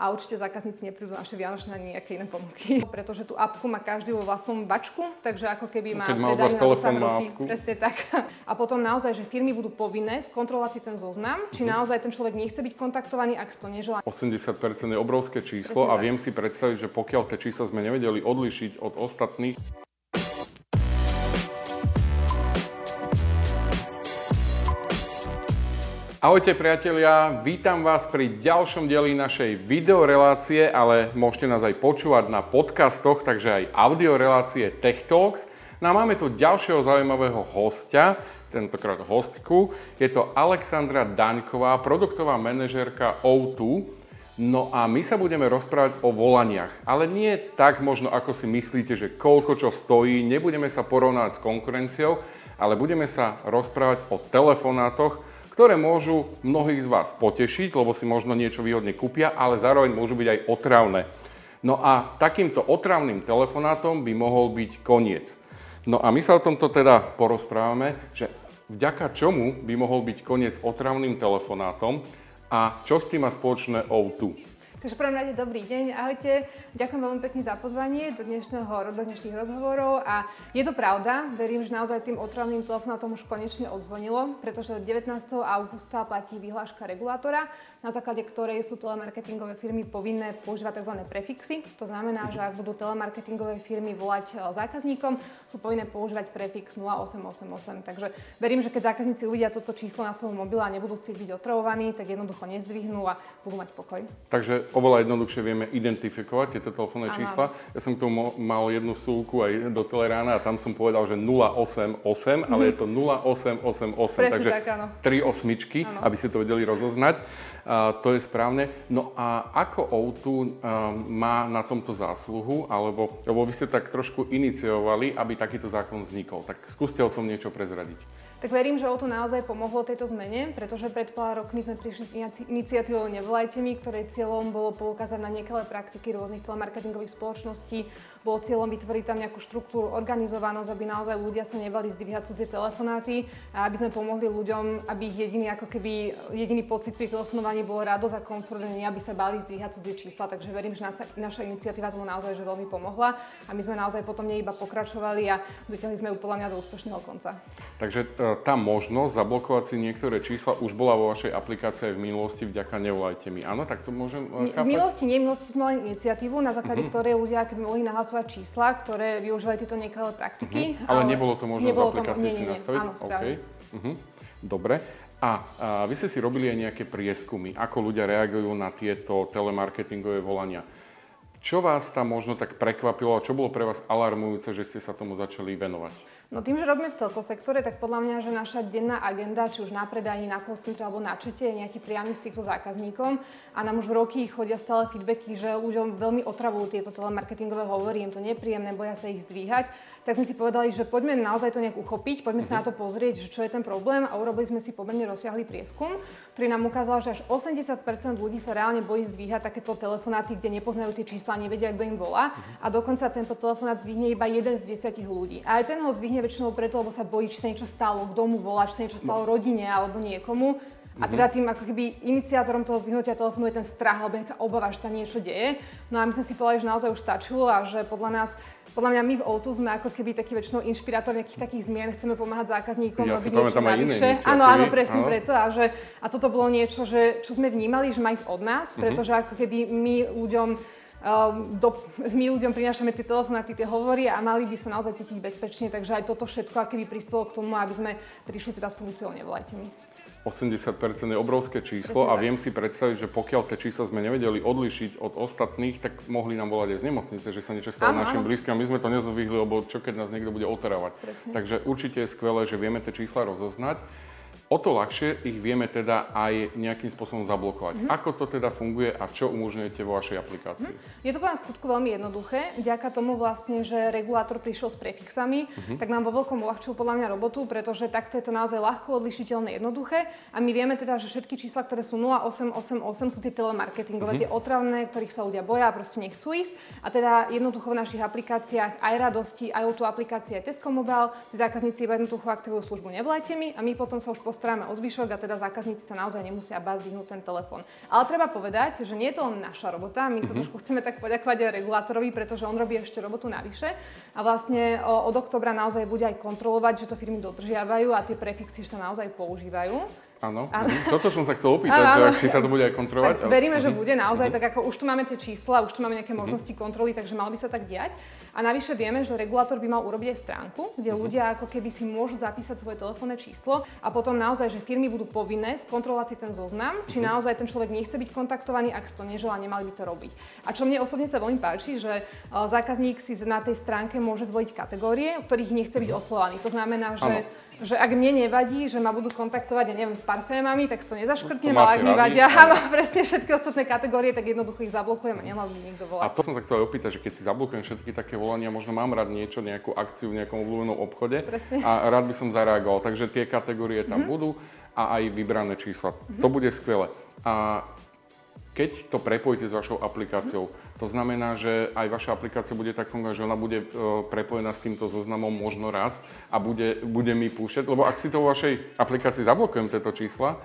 a určite zákazníci neprídu naše vianočné ani nejaké iné ponuky. Pretože tú apku má každý vo vlastnom bačku, takže ako keby má predajňu na dosah ruky. Presne tak. A potom naozaj, že firmy budú povinné skontrolovať si ten zoznam, či naozaj ten človek nechce byť kontaktovaný, ak si to neželá. 80% je obrovské číslo a viem si predstaviť, že pokiaľ tie čísla sme nevedeli odlíšiť od ostatných. Ahojte priatelia, vítam vás pri ďalšom dieli našej videorelácie, ale môžete nás aj počúvať na podcastoch, takže aj audiorelácie Tech Talks. No a máme tu ďalšieho zaujímavého hostia, tentokrát hostku. Je to Alexandra Daňková, produktová manažérka O2. No a my sa budeme rozprávať o volaniach, ale nie tak možno, ako si myslíte, že koľko čo stojí, nebudeme sa porovnávať s konkurenciou, ale budeme sa rozprávať o telefonátoch, ktoré môžu mnohých z vás potešiť, lebo si možno niečo výhodne kúpia, ale zároveň môžu byť aj otravné. No a takýmto otravným telefonátom by mohol byť koniec. No a my sa o tomto teda porozprávame, že vďaka čomu by mohol byť koniec otravným telefonátom a čo s tým má spoločné O2. Takže prvom rade dobrý deň, ahojte. Ďakujem veľmi pekne za pozvanie do dnešných rozhovorov a je to pravda, verím, že naozaj tým otravným telefonátom už konečne odzvonilo, pretože 19. augusta platí vyhláška regulátora, na základe ktorej sú telemarketingové firmy povinné používať tzv. Prefixy. To znamená, že ak budú telemarketingové firmy volať zákazníkom, sú povinné používať prefix 0888. Takže verím, že keď zákazníci uvidia toto číslo na svojom mobile a nebudú chcieť byť otravovaní, tak jednoducho nezdvihnú a budú mať pokoj. Takže oveľa jednoduchšie vieme identifikovať tieto telefónne čísla. Ja som tu mal jednu súľku aj do Telerána a tam som povedal, že 088, ale je to 0888, presne takže tak, áno. 3 osmičky, aby ste to vedeli rozoznať. To je správne. No a ako O2 má na tomto zásluhu, lebo vy ste tak trošku iniciovali, aby takýto zákon vznikol. Tak skúste o tom niečo prezradiť. Tak verím, že O2 naozaj pomohlo tejto zmene, pretože pred pár rokmi sme prišli s iniciatívou Nevolajte mi, ktorej cieľom bolo poukázať na nekalé praktiky rôznych telemarketingových spoločností. Bolo cieľom vytvoriť tam nejakú štruktúru, organizovanosť, aby naozaj ľudia sa nebali zdvíhať cudzie telefonáty a aby sme pomohli ľuďom, aby ich jediný pocit pri telefonovaní bolo radosť a komfort, nie aby sa bali zdvíhať cudzie čísla. Takže verím, že naša iniciatíva tomu naozaj že veľmi pomohla a my sme naozaj potom nie iba pokračovali a dotiahli sme ju podľa mňa do úspešného konca. Takže tá možnosť zablokovať si niektoré čísla už bola vo vašej aplikácii aj v minulosti vďaka Nevolajte mi. Áno, tak to môžem chápať? V minulosti sme mali iniciatívu, na základe ktorej ľudia keby mohli nahlasovať čísla, ktoré využívali tieto nekalé praktiky. Ale nebolo to možné v aplikácii si nastaviť? Áno, správne. Okay. Dobre. A vy ste si robili aj nejaké prieskumy, ako ľudia reagujú na tieto telemarketingové volania. Čo vás tam možno tak prekvapilo a čo bolo pre vás alarmujúce, že ste sa tomu začali venovať? No tým, že robíme v telkosektore, tak podľa mňa, že naša denná agenda, či už na predaní, na call centre alebo na čete, je nejaký priamy styk so zákazníkom a nám už roky chodia stále feedbacky, že ľuďom veľmi otravujú tieto telemarketingové hovory, im to nepríjemné, boja sa ich zdvíhať. Tak sme si povedali, že poďme naozaj to nejak uchopiť, poďme sa na to pozrieť, že čo je ten problém a urobili sme si pomerne rozsiahly prieskum, ktorý nám ukázal, že až 80% ľudí sa reálne bojí zdvíhať takéto telefonáty, kde nepoznajú tie čísla, nevedia, kto im volá a dokonca tento telefonát zdvihne iba 1 z 10 ľudí. A aj ten ho zdvihne väčšinou preto, lebo sa bojí, či sa niečo stalo, kto mu volá, či sa niečo stalo rodine alebo niekomu. A teda tým ako keby iniciátorom toho zdvihnutia telefónu je ten strach alebo nejaká obava, že sa niečo deje. No a my sme si povedali, že naozaj už stačilo a že podľa mňa my v O2 sme ako keby taký väčšinou inšpirátor nejakých takých zmien, chceme pomáhať zákazníkom robiť niečo navyše. Áno, presne preto a toto bolo niečo, čo sme vnímali, že má ísť od nás, pretože ako keby my ľuďom prinášame tie telefonáty, tie hovory a mali by sa naozaj cítiť bezpečne, takže aj toto všetko akoby prispelo k tomu, aby sme prišli teda s funkciou Nevolajte mi. 80% je obrovské číslo a viem si predstaviť, že pokiaľ tie čísla sme nevedeli odlišiť od ostatných, tak mohli nám volať aj z nemocnice, že sa niečo stalo našim blízkym a my sme to nezvihli, lebo čo keď nás niekto bude otravovať. Takže určite je skvelé, že vieme tie čísla rozoznať. O to ľahšie ich vieme teda aj nejakým spôsobom zablokovať. Ako to teda funguje a čo umožňujete vo vašej aplikácii? Je to v skutku veľmi jednoduché. Vďaka tomu vlastne, že regulátor prišiel s prefixami, tak nám vo veľkom uľahčil podľa mňa robotu, pretože takto je to naozaj ľahko odlišiteľné, jednoduché. A my vieme teda, že všetky čísla, ktoré sú 0888, sú tie telemarketingové, tie otravné, ktorých sa ľudia boja a proste nechcú ísť. A teda jednoducho v našich aplikáciách aj radosti, aj o tú aplikáciu aj Tesco Mobile si zákazníci jednoducho aktivujú službu Nevolajte mi a my potom sa už postaráme o zvyšok a teda zákazníci sa naozaj nemusia báť zdvihnúť ten telefón. Ale treba povedať, že nie je to len naša robota, my sa trošku chceme tak poďakovať aj regulátorovi, pretože on robí ešte robotu navyše a vlastne od októbra naozaj bude aj kontrolovať, že to firmy dodržiavajú a tie prefixy sa naozaj používajú. Áno, toto som sa chcel opýtať, že či sa to bude aj kontrolovať. Tak veríme, že bude naozaj, tak ako už tu máme tie čísla, už tu máme nejaké možnosti kontroly, takže malo by sa tak diať. A navyše vieme, že regulátor by mal urobiť aj stránku, kde ľudia ako keby si môžu zapísať svoje telefónne číslo a potom naozaj, že firmy budú povinné skontrolovať si ten zoznam, či naozaj ten človek nechce byť kontaktovaný, ak si to neželá, nemali by to robiť. A čo mne osobne sa veľmi páči, že zákazník si na tej stránke môže zvoliť kategórie, v ktorých nechce byť oslovovaný. To znamená, že ak mne nevadí, že ma budú kontaktovať, ja neviem, s parfémami, tak to nezaškrtnem, ale ak mi vadia, áno, presne všetky ostatné kategórie, tak jednoducho ich zablokujem a nemá mi nikto volať. A to som sa chcel opýtať, že keď si zablokujem všetky také volania, možno mám rád niečo, nejakú akciu v nejakom obľúbenom obchode a rád by som zareagoval. Takže tie kategórie tam budú a aj vybrané čísla. To bude skvelé. A keď to prepojíte s vašou aplikáciou, to znamená, že aj vaša aplikácia bude tak fungovať, že ona bude prepojená s týmto zoznamom možno raz a bude mi púšťať, lebo ak si to vo vašej aplikácii zablokujem tieto čísla,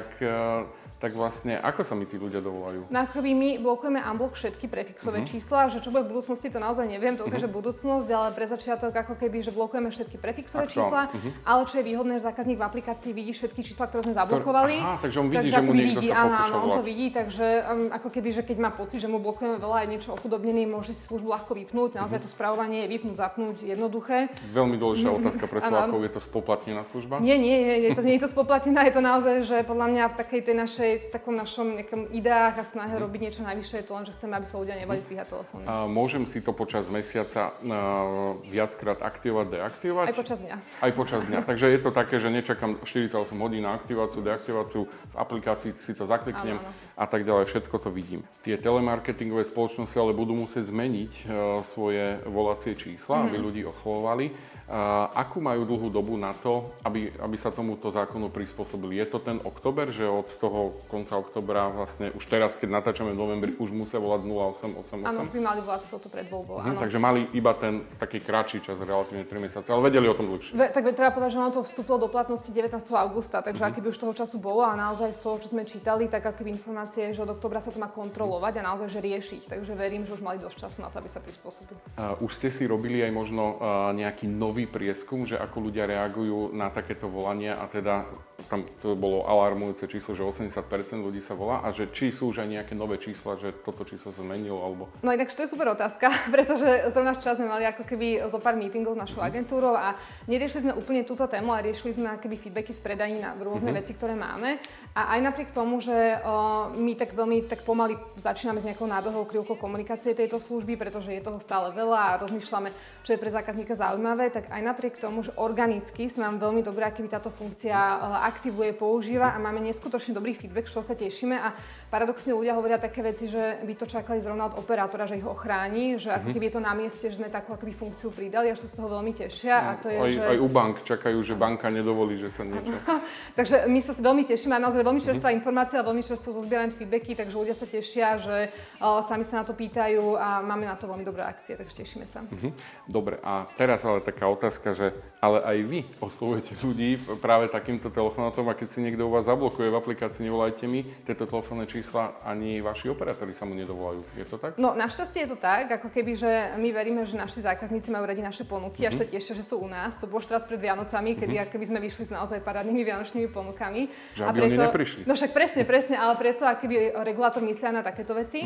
tak vlastne ako sa mi tí ľudia dovolajú? No akoby my blokujeme unblock všetky prefixové čísla, že čo bude v budúcnosti, to naozaj neviem, to ukáže budúcnosť, ale pre začiatok ako keby, že blokujeme všetky prefixové čísla, ale čo je výhodné, že zákazník v aplikácii vidí všetky čísla, ktoré sme zablokovali. Aha, takže on vidí, že mu niekto sa pokúša volať. On to vidí, takže ako keby, že keď má pocit, že mu blokujeme veľa aj niečo ochudobnený, môže si službu ľahko vypnúť. Naozaj to spravovanie je vypnúť, zapnúť jednoduché. Veľmi dôležitá otázka pre Slovákov, je to spoplatnená služba? Nie, nie je to spoplatnená, je to naozaj, že podľa mňa v takej tej takom našom nejakom ideách a snahe robiť niečo najvyššie, je to len, že chceme, aby sa ľudia nebali zdvíhať telefóny. Môžem si to počas mesiaca viackrát aktivovať, deaktivovať? Aj počas dňa. Aj počas dňa. Takže je to také, že nečakám 48 hodín na aktiváciu, deaktiváciu, v aplikácii si to zakliknem a tak ďalej, všetko to vidím. Tie telemarketingové spoločnosti ale budú musieť zmeniť svoje volacie čísla, aby ľudí oslovovali. Akú majú dlhú dobu na to, aby sa tomuto zákonu prispôsobili? Je to ten október, že od toho konca októbra vlastne už teraz, keď natáčame v novembri, už musia volať 0888? Áno, už by mali volať toto pred voľbou, áno. Takže mali iba ten taký kratší čas, relatívne 3 mesiace, ale vedeli o tom dlhšie. Tak treba povedať, že ono to vstúpilo do platnosti 19. augusta, takže aký by už toho času bolo a naozaj z toho, čo sme čítali, tak aké informácie, že od októbra sa to má kontrolovať a naozaj že riešiť. Takže verím, že už mali dosť času na to, aby sa prispôsobili. Už ste si robili aj možno nejaký nový prieskum, že ako ľudia reagujú na takéto volania a teda tam to bolo alarmujúce číslo, že 80% ľudí sa volá a že či sú už aj nejaké nové čísla, že toto číslo sa zmenilo alebo... No inak to je super otázka, pretože zrovna včera sme mali ako keby zo pár meetingov s našou agentúrou a neriešili sme úplne túto tému, ale riešili sme akoby feedbacky z predaní na rôzne veci, ktoré máme. A aj napriek tomu, že my tak veľmi tak pomaly začíname s nejakou nábehovou krivkou komunikácie tejto služby, pretože je toho stále veľa a rozmýšľame, čo je pre zákazníka zaujímavé, tak aj napriek tomu, že organicky sa nám veľmi dobrá, keby táto funkcia aktivuje, používa a máme neskutočne dobrý feedback, čo sa tešíme a paradoxne ľudia hovoria také veci, že by to čakali zrovna od operátora, že ich ochráni, že ako keby je to na mieste, že sme takú akoby funkciu pridali, až sa z toho veľmi tešia. A to je, aj u bank čakajú, že banka nedovolí, že sa niečo... Takže my sa veľmi tešíme a naozaj veľmi čerstvá informácia a veľmi čerstvo zozbierame feedbacky, takže ľudia sa tešia, že sami sa na to pýtajú a máme na to veľmi dobré akcie, takže tešíme sa. Dobre, a teraz ale taká otázka, že ale aj vy oslovujete ľudí práve takýmto telefonátom a keď si niekto u vás zablokuje v aplikácii Nevolajte mi, tieto telefónne čísla ani vaši operátori sa mu nedovolajú. Je to tak? No našťastie je to tak, ako keby, že my veríme, že naši zákazníci majú radi naše ponuky, až sa tešia, že sú u nás. To bolo už teraz pred Vianocami, kedy akoby sme vyšli s naozaj parádnymi vianočnými ponukami. Že aby oni neprišli. No však presne, ale preto akoby regulátor myslia na takéto veci.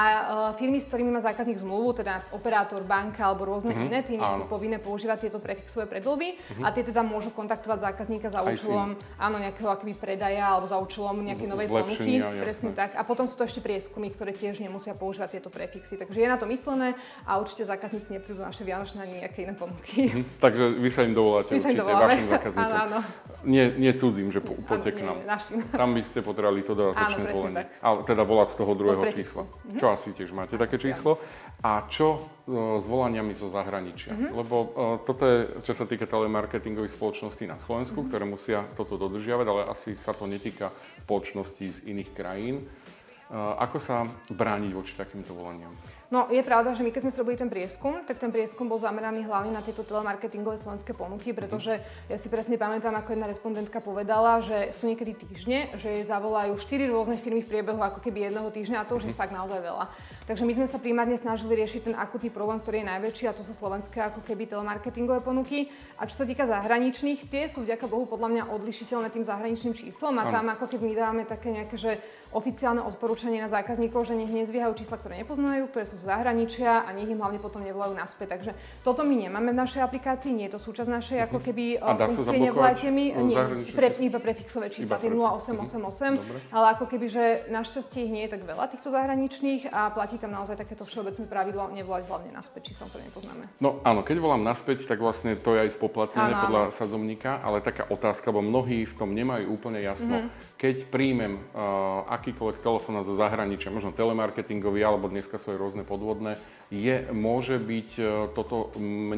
A firmy, s ktorými má zákazník zmluvu, teda operátor, banka alebo rôzne iné, tie nie sú povinné používať tieto prefixové predvoľby a tie teda môžu kontaktovať zákazníka za účelom nejakého akoby predaja alebo za účelom nejakej novej ponuky. Presne tak. A potom sú to ešte prieskumy, ktoré tiež nemusia používať tieto prefixy. Takže je na to myslené a určite zákazníci neprídu naše vianočné ani nejaké iné ponuky. Takže vy sa im dovoláte určite vašim zákazníkom. Áno. Nie cudzím, že poďte k nám. Tam by ste potrebovali to dodatočné zvolenie. Ale teda volať z toho druhého čísla. Čo asi tiež máte také číslo. A čo s volaniami zo zahraničia? Lebo toto je, čo sa týka telemarketingových spoločností na Slovensku, ktoré musia toto dodržiavať, ale asi sa to netýka spoločností z iných krajín. Ako sa brániť voči takýmto volaniam? No, je pravda, že my keď sme si robili ten prieskum, tak ten prieskum bol zameraný hlavne na tieto telemarketingové slovenské ponuky, pretože ja si presne pamätám, ako jedna respondentka povedala, že sú niekedy týždne, že jej zavolajú 4 rôzne firmy v priebehu ako keby jedného týždňa a to už je fakt naozaj veľa. Takže my sme sa primárne snažili riešiť ten akutný problém, ktorý je najväčší a to sú slovenské ako keby telemarketingové ponuky. A čo sa týka zahraničných, tie sú vďaka Bohu podľa mňa odlišiteľné tým zahraničným číslom a tam ako keby my dávame také nejaké, že oficiálne odporúčanie na zákazníkov, že nech nezvíhajú čísla, ktoré nepoznajú, ktoré sú z zahraničia a nech im hlavne potom nevolajú naspäť. Takže toto my nemáme v našej aplikácii, nie je to súčasť našej ako keby funkcie nevolajte mi, iba prefixové čísla, tie 0888, ale ako keby, že našťastie ich nie je tak veľa týchto zahraničných a platí tam naozaj takéto všeobecné pravidlo nevolať hlavne naspäť čísla, ktoré nepoznáme. No áno, keď volám naspäť, tak vlastne to je aj spoplatnené podľa sadzovníka, ale taká otázka, bo mnohí v tom nemajú úplne jasno. Keď príjmem akýkoľvek telefón zo zahraničia, možno telemarketingový, alebo dneska sú aj rôzne podvodné, môže byť toto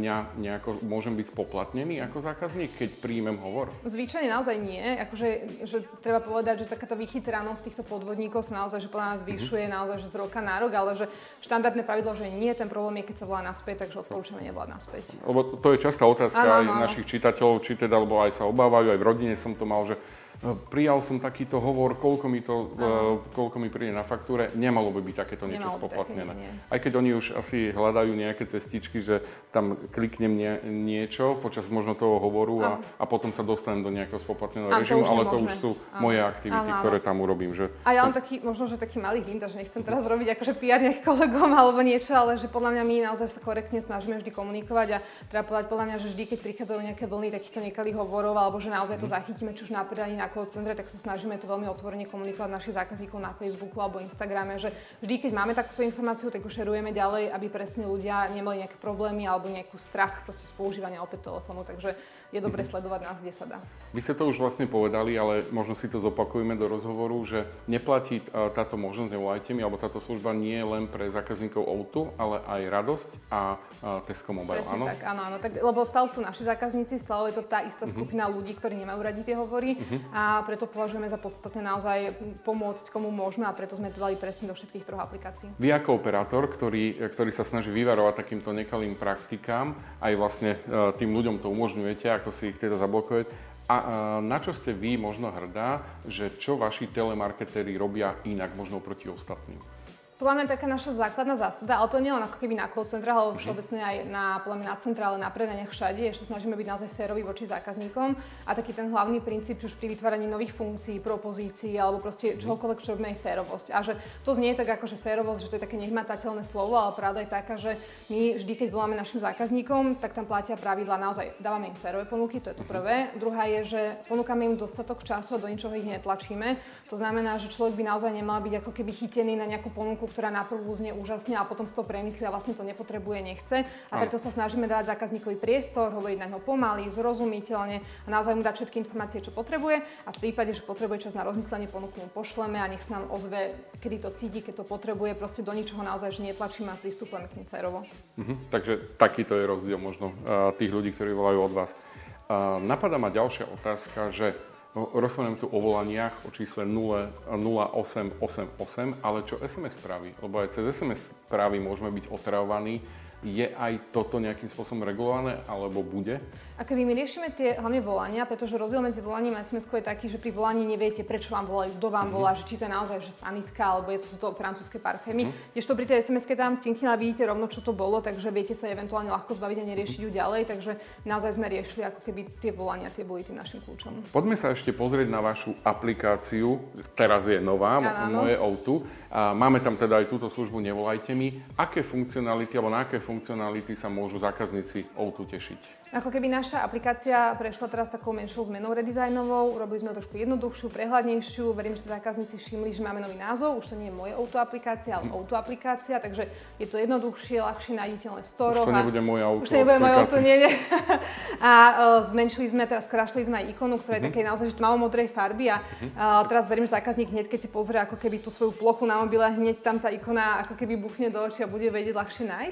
môžem byť spoplatnený ako zákazník, keď príjmem hovor? Zvyčajne naozaj nie. Akože, že treba povedať, že takáto vychytranosť týchto podvodníkov sa naozaj, že podľa nás zvyšuje naozaj, že z roka na rok, ale že štandardné pravidlo, že nie, ten problém je, keď sa volá naspäť, takže odporúčame nevolať naspäť. Lebo to je častá otázka aj našich čitateľov, či teda, lebo aj sa obávajú, aj v rodine som to mal, že prijal som takýto hovor, koľko mi príde na faktúre, nemalo by byť takéto niečo spoplatnené. Aj keď oni už asi hľadajú nejaké cestičky, že tam kliknem niečo počas možno toho hovoru a potom sa dostanem do nejakého spoplatneného režimu, ale to už sú moje aktivity, ktoré tam urobím. A ja mám možno, že taký malý hint, že nechcem teraz robiť akože PR nejakým kolegom alebo niečo, ale že podľa mňa my naozaj sa korektne snažíme vždy komunikovať a treba povedať podľa mňa, že vždy, keď prichádzajú nejaké vlny takýchto nekalých hovorov alebo že naozaj to zachytíme, či už na predaní na call centre, tak sa snažíme to veľmi otvorene komunikovať našich zákazníkov na Facebooku alebo Instagrame, že vždy, keď máme takúto informáciu, tak ju šerujeme ďalej, aby presne ľudia nemali nejaké problémy alebo nejakú strach proste z používania opäť telefónu, takže je dobre sledovať nás, kde sa dá. Vy ste to už vlastne povedali, ale možno si to zopakujeme do rozhovoru, že neplatí táto možnosť, nevolajte mi, alebo táto služba nie je len pre zákazníkov O2, ale aj Radosť a Tesco Mobile, áno? Tak, áno, tak, lebo stále sú naši zákazníci, stále je to tá istá skupina ľudí, ktorí nemajú radi tie hovory a preto považujeme za podstatné naozaj pomôcť komu môžeme a preto sme to dali presne do všetkých troch aplikácií. Vy ako operátor, ktorý sa snaží vyvarovať takýmto nekalým praktikám, aj vlastne tým ľuďom to umožňujete, ako si ich teda zablokujete, a na čo ste vy možno hrdá, že čo vaši telemarketéri robia inak možno proti ostatným? Podľa mňa taká naša základná zásada, ale to nie len ako keby na call centrách, ale všeobecne aj na centrále, na predaniach všade, ešte snažíme byť naozaj féroví voči zákazníkom a taký ten hlavný princíp, či už pri vytváraní nových funkcií, propozícií alebo proste čokoľvek, čo robíme, je férovosť. A že to znie tak ako že férovosť, že to je také nehmatateľné slovo, ale pravda je taká, že my vždy, keď voláme našim zákazníkom, tak tam platia pravidlá, naozaj dávame im férové ponuky, to je to prvé. Druhá je, že ponúkame im dostatok času a do ničoho ich netlačíme. To znamená, že človek by naozaj nemal byť ako keby chytený na nejakú ponuku, ktorá naprvú znie úžasne a potom si to premyslí a vlastne to nepotrebuje, nechce. A preto sa snažíme dávať zákazníkovi priestor, hovoriť na ňo pomaly, zrozumiteľne a naozaj mu dať všetky informácie, čo potrebuje a v prípade, že potrebuje čas na rozmyslenie, ponuku mu pošleme a nech sa nám ozve, kedy to cíti, keď to potrebuje, proste do ničoho naozaj že netlačíme a pristupujeme k nim férovo. Takže takýto je rozdiel možno tých ľudí, ktorí volajú od vás. Napadá ma ďalšia otázka, že rozprávam tu o volaniach o čísle 0888, ale čo SMS správy? Lebo aj cez SMS správy môžeme byť otravovaní. Je aj toto nejakým spôsobom regulované, alebo bude? A keby my riešime tie hlavne volania, pretože rozdiel medzi volaním a SMS-kou je taký, že pri volaní neviete, prečo vám volajú, kto vám volá, že či to je naozaj že sanitka, alebo sú to francúzske parfémy. Kdežto pri tej SMS-ke tam cinknila, vidíte rovno, čo to bolo, takže viete sa eventuálne ľahko zbaviť a neriešiť ju ďalej, takže naozaj sme riešili, ako keby tie volania, tie boli tým našim kľúčom. Poďme sa ešte pozrieť na vašu aplikáciu, teraz je nová, moje O2. A máme tam teda aj túto službu Nevolajte mi. Aké funkcionality, alebo na aké funkcionality sa môžu zákazníci O2 tešiť? Ako keby naša aplikácia prešla teraz takou menšou zmenou redizajnovou, urobili sme ju trošku jednoduchšiu, prehľadnejšiu, verím, že sa zákazníci všimli, že máme nový názov, už to nie je moje O2 aplikácia, ale O2 aplikácia, takže je to jednoduchšie, ľahšie nájditeľné v storoch. Už to nebude moje auto. Už to nebude moje auto, nie. A zmenšili sme, teraz skrášli sme aj ikonu, ktorá je takej naozaj tmavo-modrej farby a teraz verím, že zákazník hneď, keď si pozrie ako keby tú svoju plochu na mobile, hneď tam tá ikona ako keby buchne do očí a bude vedieť ľahšie nájsť. No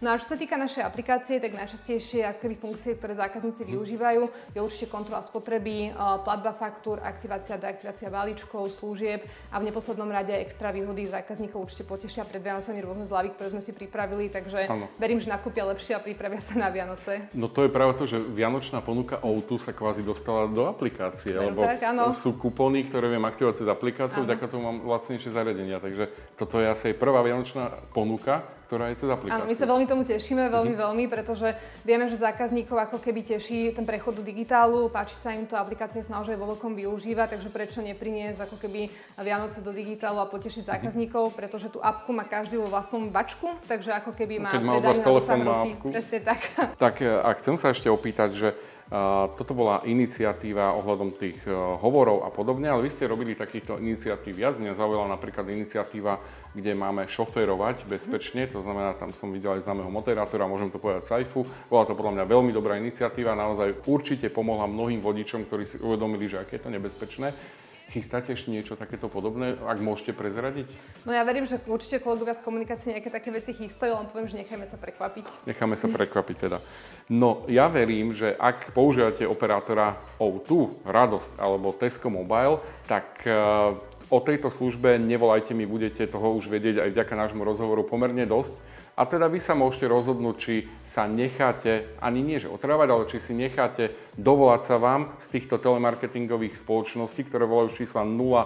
No a čo sa týka našej aplikácie, tak najčastejšie akoby funkcie, ktoré zákazníci využívajú, je určite kontrola spotreby, platba faktúr, aktivácia, deaktivácia balíčkov, služieb a v neposlednom rade extra výhody zákazníkov určite potešia pred Vianocami rôzne zľavy, ktoré sme si pripravili, takže verím, že nakúpia lepšie a pripravia sa na Vianoce. No to je práve to, že vianočná ponuka O2 sa kvázi dostala do aplikácie, lebo tak, sú kupóny, ktoré viem aktivovať cez aplikáciu, vďaka tomu mám lacnejšie zariadenia, takže toto je asi aj prvá vianočná ponuka, ktorá je cez aplikáciu. Áno, my sa veľmi tomu tešíme, veľmi, pretože vieme, že zákazníkov ako keby teší ten prechod do digitálu, páči sa im to, aplikácia sa naozaj vo veľkom využíva, takže prečo nepriniesť ako keby Vianoce do digitálu a potešiť zákazníkov, pretože tú apku má každý vo vlastnom bačku, takže ako keby má predajňu na dosah ruky. Presne tak. Tak a chcem sa ešte opýtať, že toto bola iniciatíva ohľadom tých hovorov a podobne, ale vy ste robili takýchto iniciatív viac. Mňa zaujala napríklad iniciatíva, kde máme šoférovať bezpečne, to znamená, tam som videl aj známeho moderátora, môžem to povedať Saifu. Bola to podľa mňa veľmi dobrá iniciatíva, naozaj určite pomohla mnohým vodičom, ktorí si uvedomili, že aké je to nebezpečné. Chystáte ešte niečo takéto podobné, ak môžete prezradiť? No ja verím, že určite kolegovia z komunikácie nejaké také veci chystajú, len poviem, že nechajme sa prekvapiť. Necháme sa prekvapiť teda. No ja verím, že ak používate operátora O2, Radosť alebo Tesco Mobile, tak o tejto službe nevolajte mi, budete toho už vedieť aj vďaka nášmu rozhovoru pomerne dosť. A teda vy sa môžete rozhodnúť, či sa necháte, ani nie že otrávať, ale či si necháte dovolať sa vám z týchto telemarketingových spoločností, ktoré volajú čísla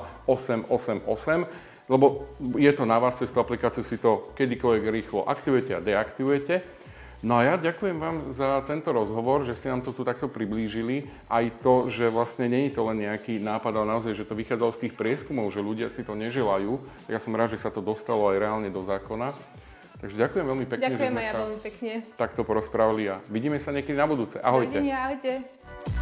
0888, lebo je to na vás, cez tú aplikáciu si to kedykoľvek rýchlo aktivujete a deaktivujete. No a ja ďakujem vám za tento rozhovor, že ste nám to tu takto priblížili. Aj to, že vlastne nie je to len nejaký nápad, ale naozaj, že to vychádzalo z tých prieskumov, že ľudia si to neželajú. Ja som rád, že sa to dostalo aj reálne do zákona. Takže ďakujem veľmi pekne, ďakujem že sme sa takto porozprávali a vidíme sa niekedy na budúce. Ahojte. Ahojte.